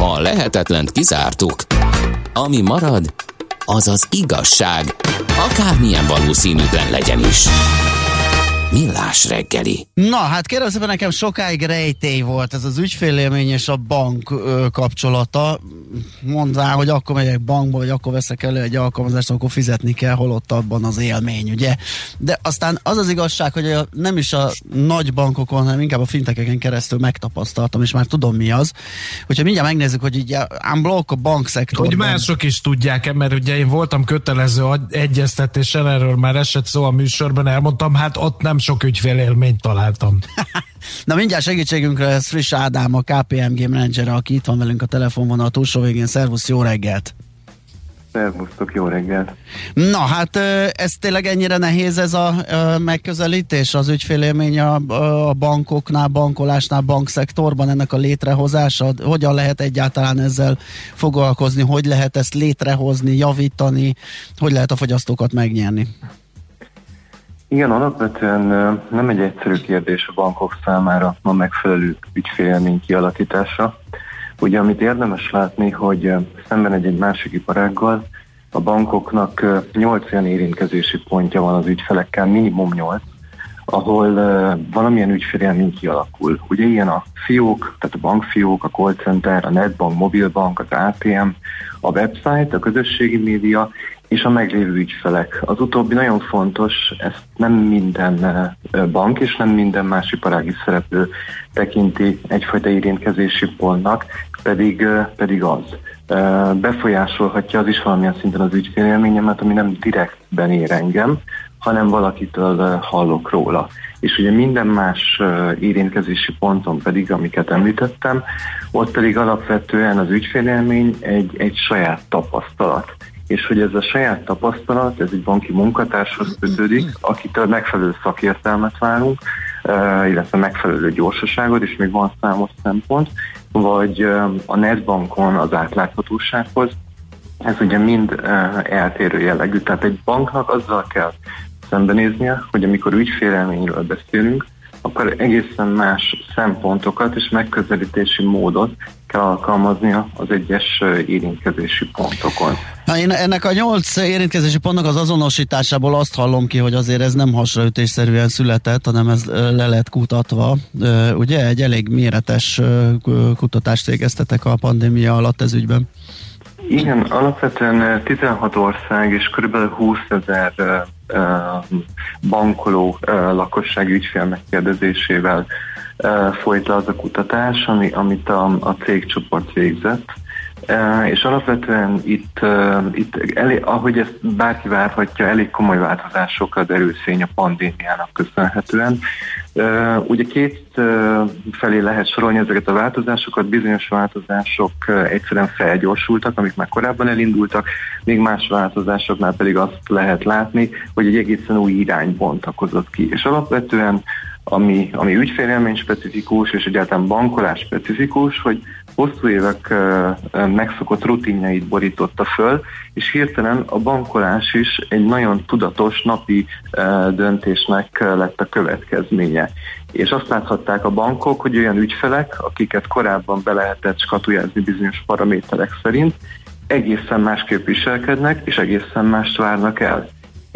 A lehetetlent kizártuk. Ami marad, az az igazság, akármilyen valószínűtlen legyen is. Millás reggeli. Na, hát kérem szépen, nekem sokáig rejtély volt ez az ügyfélélmény és a bank kapcsolata. Mondván, hogy akkor megyek bankba, vagy akkor veszek elő egy alkalmazást, akkor fizetni kell, holott abban az élmény, ugye? De aztán az az igazság, hogy nem is a nagy bankokon, hanem inkább a fintekeken keresztül megtapasztaltam, és már tudom mi az. Hogyha mindjárt megnézzük, hogy így unblock a bankszektorban. Hogy mások is tudják, mert ugye én voltam kötelező egyeztetésen, erről már esett szó a műsorban, elmondtam, hát ott nem sok ügyfélélményt találtam. Na mindjárt segítségünkre ez Friss Ádám, a KPMG menedzsere, aki itt van velünk a telefonvonal túlsó végén. Szervusz, jó reggelt! Szervusztok, jó reggelt! Na hát ez tényleg ennyire nehéz ez a megközelítés, az ügyfélélmény a bankoknál, bankolásnál, bankszektorban, ennek a létrehozása? Hogyan lehet egyáltalán ezzel foglalkozni? Hogy lehet ezt létrehozni, javítani? Hogy lehet a fogyasztókat megnyerni? Igen, alapvetően nem egy egyszerű kérdés a bankok számára a megfelelő ügyfélélmény kialakítása. Ugye, amit érdemes látni, hogy szemben egy másik iparággal a bankoknak 8 olyan érintkezési pontja van az ügyfelekkel, minimum 8, ahol valamilyen ügyfélélmény kialakul. Ugye ilyen a fiók, tehát a bankfiók, a call center, a netbank, mobilbank, az ATM, a website, a közösségi média, és a meglévő ügyfelek. Az utóbbi nagyon fontos, ezt nem minden bank és nem minden más iparági szereplő tekinti egyfajta érintkezési pontnak, pedig az. Befolyásolhatja az is valamilyen szinten az ügyfélélményemet, ami nem direktben ér engem, hanem valakitől hallok róla. És ugye minden más érintkezési ponton pedig, amiket említettem, ott pedig alapvetően az ügyfélélmény egy saját tapasztalat. És hogy ez a saját tapasztalat, ez egy banki munkatárshoz kötődik, akitől megfelelő szakértelmet várunk, illetve megfelelő gyorsaságot, és még van számos szempont, vagy a netbankon az átláthatósághoz. Ez ugye mind eltérő jellegű. Tehát egy banknak azzal kell szembenéznie, hogy amikor ügyfélélményről beszélünk, akkor egészen más szempontokat és megközelítési módot kell alkalmaznia az egyes érintkezési pontokon. Na, én ennek a 8 érintkezési pontnak az azonosításából azt hallom ki, hogy azért ez nem hasraütésszerűen született, hanem ez le lett kutatva. Ugye egy elég méretes kutatást végeztetek a pandémia alatt ez ügyben. Igen, alapvetően 16 ország és kb. 20 000 bankoló lakossági ügyfél megkérdezésével folyt le az a kutatás, amit a cégcsoport végzett. És alapvetően itt ahogy ezt bárki várhatja, elég komoly változásokra derült fény a pandémiának köszönhetően. Ugye két felé lehet sorolni ezeket a változásokat, bizonyos változások egyszerűen felgyorsultak, amik már korábban elindultak, még más változásoknál pedig azt lehet látni, hogy egy egészen új irány bontakozott ki. És alapvetően ami ügyfélélmény specifikus, és egyáltalán bankolás specifikus, hogy hosszú évek megszokott rutinjait borította föl, és hirtelen a bankolás is egy nagyon tudatos napi döntésnek lett a következménye. És azt láthatták a bankok, hogy olyan ügyfelek, akiket korábban be lehetett skatujázni bizonyos paraméterek szerint, egészen másképp viselkednek, és egészen mást várnak el.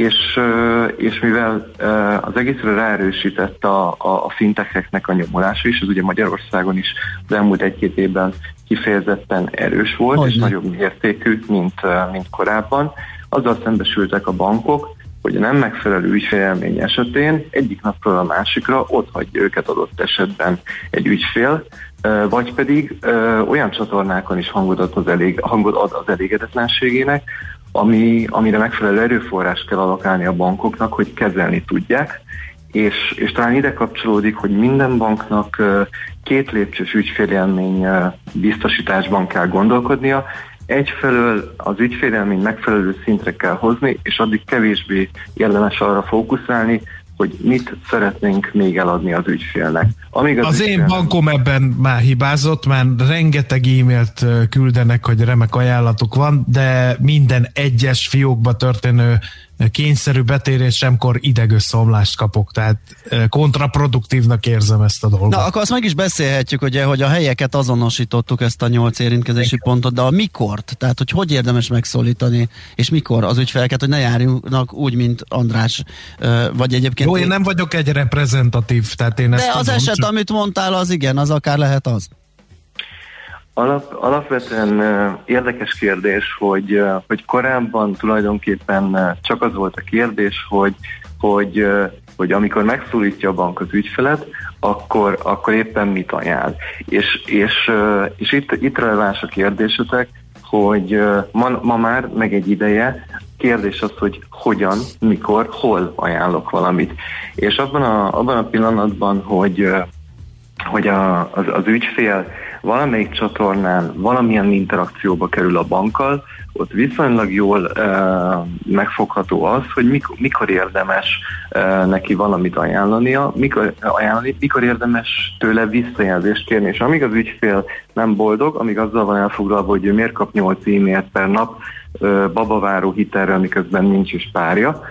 És mivel az egészre ráerősített a fintecheknek a nyomulása is, ez ugye Magyarországon is az elmúlt 1-2 évben kifejezetten erős volt, és nagyobb mértékű, mint korábban, azzal szembesültek a bankok, hogy a nem megfelelő ügyfélélmény esetén egyik napról a másikra ott hagyja őket adott esetben egy ügyfél, vagy pedig olyan csatornákon is hangot ad az elégedetlenségének, amire megfelelő erőforrást kell allokálni a bankoknak, hogy kezelni tudják, és talán ide kapcsolódik, hogy minden banknak 2 lépcsős ügyfélélmény biztosításban kell gondolkodnia. Egyfelől az ügyfélélmény megfelelő szintre kell hozni, és addig kevésbé érdemes arra fókuszálni, hogy mit szeretnénk még eladni az ügyfélnek. Az én bankom ebben már hibázott, már rengeteg e-mailt küldenek, hogy remek ajánlatuk van, de minden egyes fiókba történő kényszerű betérésemkor idegösszeomlást kapok, tehát kontraproduktívnak érzem ezt a dolgot. Na, akkor azt meg is beszélhetjük, ugye, hogy a helyeket azonosítottuk, ezt a 8 érintkezési pontot, de a mikort, tehát hogy érdemes megszólítani, és mikor az ügyfeleket, hogy ne járjunk úgy, mint András, vagy egyébként... Jó, én nem vagyok egy reprezentatív, tehát én ezt de az tudom, eset, amit mondtál, az igen, az akár lehet az. Alapvetően érdekes kérdés, hogy korábban tulajdonképpen csak az volt a kérdés, hogy amikor megszólítja a bank az ügyfelet, akkor éppen mit ajánl. És itt releváns a kérdésetek, hogy ma már meg egy ideje kérdés az, hogy hogyan, mikor, hol ajánlok valamit. És abban a pillanatban, hogy az ügyfél valamelyik csatornán valamilyen interakcióba kerül a bankkal, ott viszonylag jól megfogható az, hogy mikor érdemes neki valamit ajánlania, mikor érdemes tőle visszajelzést kérni. És amíg az ügyfél nem boldog, amíg azzal van elfoglalva, hogy ő miért kap 8 e-mailt per nap babaváró hitelről, miközben nincs is párja,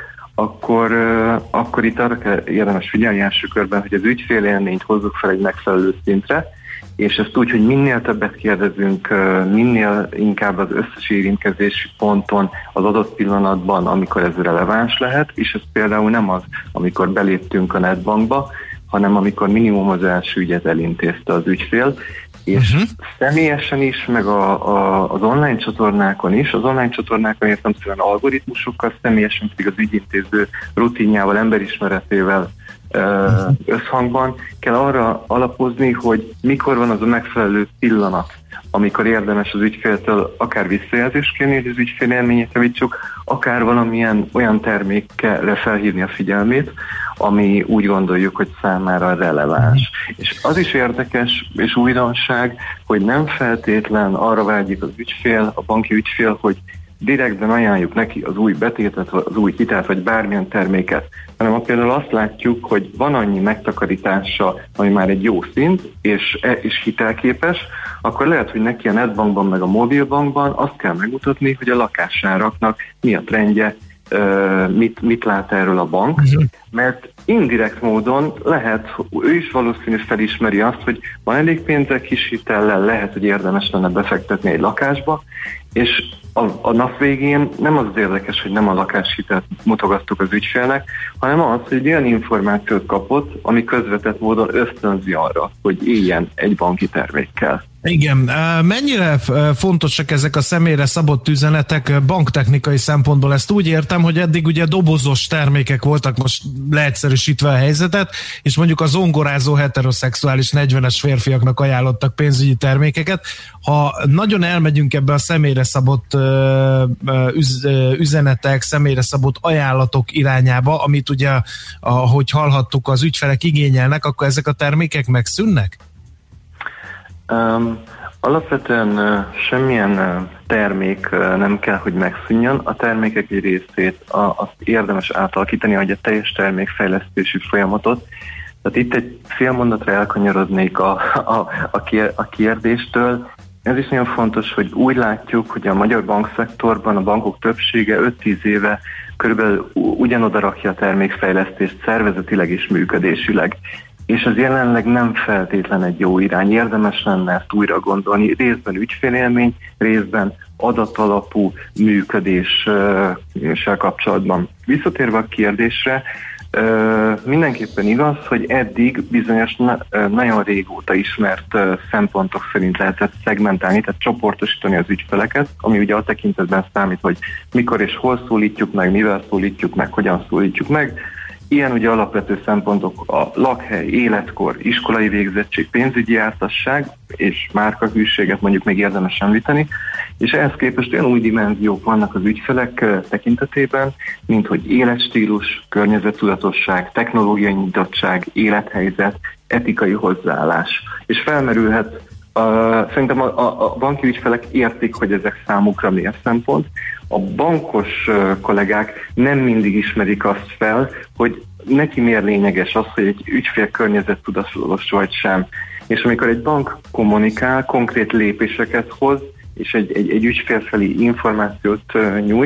akkor itt arra kell érdemes figyelni első körben, hogy az ügyfélélményt hozzuk fel egy megfelelő szintre, és ezt úgy, hogy minél többet kérdezünk, minél inkább az összes érintkezési ponton az adott pillanatban, amikor ez releváns lehet, és ez például nem az, amikor beléptünk a netbankba, hanem amikor minimum az első ügyet elintézte az ügyfél, és személyesen is, meg az online csatornákon is, az online csatornákon értelemszerűen algoritmusokkal, személyesen pedig az ügyintéző rutinjával, emberismeretével összhangban kell arra alapozni, hogy mikor van az a megfelelő pillanat, amikor érdemes az ügyféltől akár visszajelzést kérni, hogy az ügyfél élményét javítsuk, akár valamilyen olyan termékre felhívni a figyelmét, ami úgy gondoljuk, hogy számára releváns. És az is érdekes és újdonság, hogy nem feltétlen arra vágyik az ügyfél, a banki ügyfél, hogy direktben ajánljuk neki az új betétet, az új hitelt, vagy bármilyen terméket, hanem ha például azt látjuk, hogy van annyi megtakarítása, ami már egy jó szint, és hitelképes, akkor lehet, hogy neki a netbankban, meg a mobilbankban azt kell megmutatni, hogy a lakásáraknak mi a trendje, mit lát erről a bank, mert indirekt módon lehet, ő is valószínű felismeri azt, hogy van elég pénze kis hitellel, lehet, hogy érdemes lenne befektetni egy lakásba, és a nap végén nem az érdekes, hogy nem a lakáshitelt mutogattuk az ügyfélnek, hanem az, hogy olyan információt kapott, ami közvetett módon ösztönzi arra, hogy éljen egy banki termékkel. Igen, mennyire fontosak ezek a személyre szabott üzenetek banktechnikai szempontból? Ezt úgy értem, hogy eddig ugye dobozos termékek voltak, most leegyszerűsítve a helyzetet, és mondjuk a zongorázó heteroszexuális 40-es férfiaknak ajánlottak pénzügyi termékeket. Ha nagyon elmegyünk ebbe a személyre szabott üzenetek, személyre szabott ajánlatok irányába, amit ugye, ahogy hallhattuk, az ügyfelek igényelnek, akkor ezek a termékek megszűnnek? Alapvetően semmilyen termék nem kell, hogy megszűnjön. A termékek egy részét azt érdemes átalakítani, hogy a teljes termékfejlesztési folyamatot. Tehát itt egy fél mondatra elkanyarodnék a kérdéstől. Ez is nagyon fontos, hogy úgy látjuk, hogy a magyar bankszektorban a bankok többsége 5-10 éve körülbelül ugyanoda rakja a termékfejlesztést szervezetileg és működésileg. És az jelenleg nem feltétlen egy jó irány. Érdemes lenne ezt újra gondolni. Részben ügyfélélmény, részben adatalapú működéssel kapcsolatban. Visszatérve a kérdésre, mindenképpen igaz, hogy eddig bizonyos nagyon régóta ismert szempontok szerint lehetett szegmentálni, tehát csoportosítani az ügyfeleket, ami ugye a tekintetben számít, hogy mikor és hol szólítjuk meg, mivel szólítjuk meg, hogyan szólítjuk meg. Ilyen ugye alapvető szempontok a lakhely, életkor, iskolai végzettség, pénzügyi jártasság és márkahűséget mondjuk még érdemes említeni, és ehhez képest olyan új dimenziók vannak az ügyfelek tekintetében, mint hogy életstílus, környezettudatosság, technológiai nyitottság, élethelyzet, etikai hozzáállás. És felmerülhet, szerintem a banki ügyfelek értik, hogy ezek számukra miért szempont. A bankos kollégák nem mindig ismerik azt fel, hogy neki miért lényeges az, hogy egy ügyfél környezettudatos vagy sem. És amikor egy bank kommunikál, konkrét lépéseket hoz, és egy ügyfél felé információt nyújt,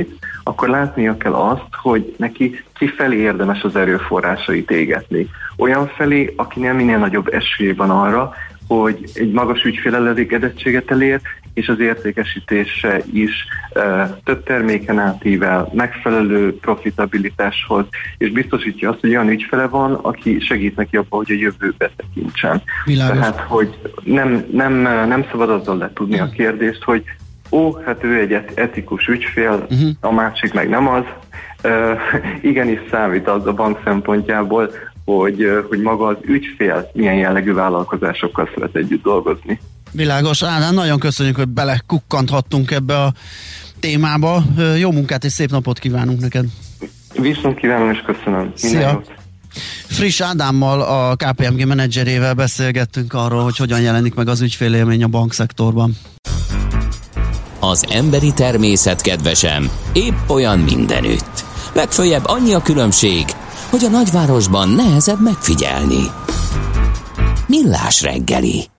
akkor látnia kell azt, hogy neki kifelé érdemes az erőforrásait égetni. Olyan felé, akinél minél nagyobb esély van arra, hogy egy magas ügyfélelégedettséget elér, és az értékesítése is több terméken átível, megfelelő profitabilitáshoz, és biztosítja azt, hogy olyan ügyfele van, aki segít neki abban, hogy a jövőbe tekintsen. Világos. Tehát, hogy nem szabad azzal letudni a kérdést, hogy hát ő egy etikus ügyfél, a másik meg nem az. Igenis számít az a bank szempontjából, hogy maga az ügyfél milyen jellegű vállalkozásokkal szeret együtt dolgozni. Világos. Ádám, nagyon köszönjük, hogy belekukkanthattunk ebbe a témába. Jó munkát és szép napot kívánunk neked. Viszont kívánom és köszönöm. Szia! Friss Ádámmal, a KPMG menedzserével beszélgettünk arról, hogy hogyan jelenik meg az ügyfélélmény a bankszektorban. Az emberi természet, kedvesem, épp olyan mindenütt. Legföljebb annyi a különbség, hogy a nagyvárosban nehezebb megfigyelni. Millás reggeli.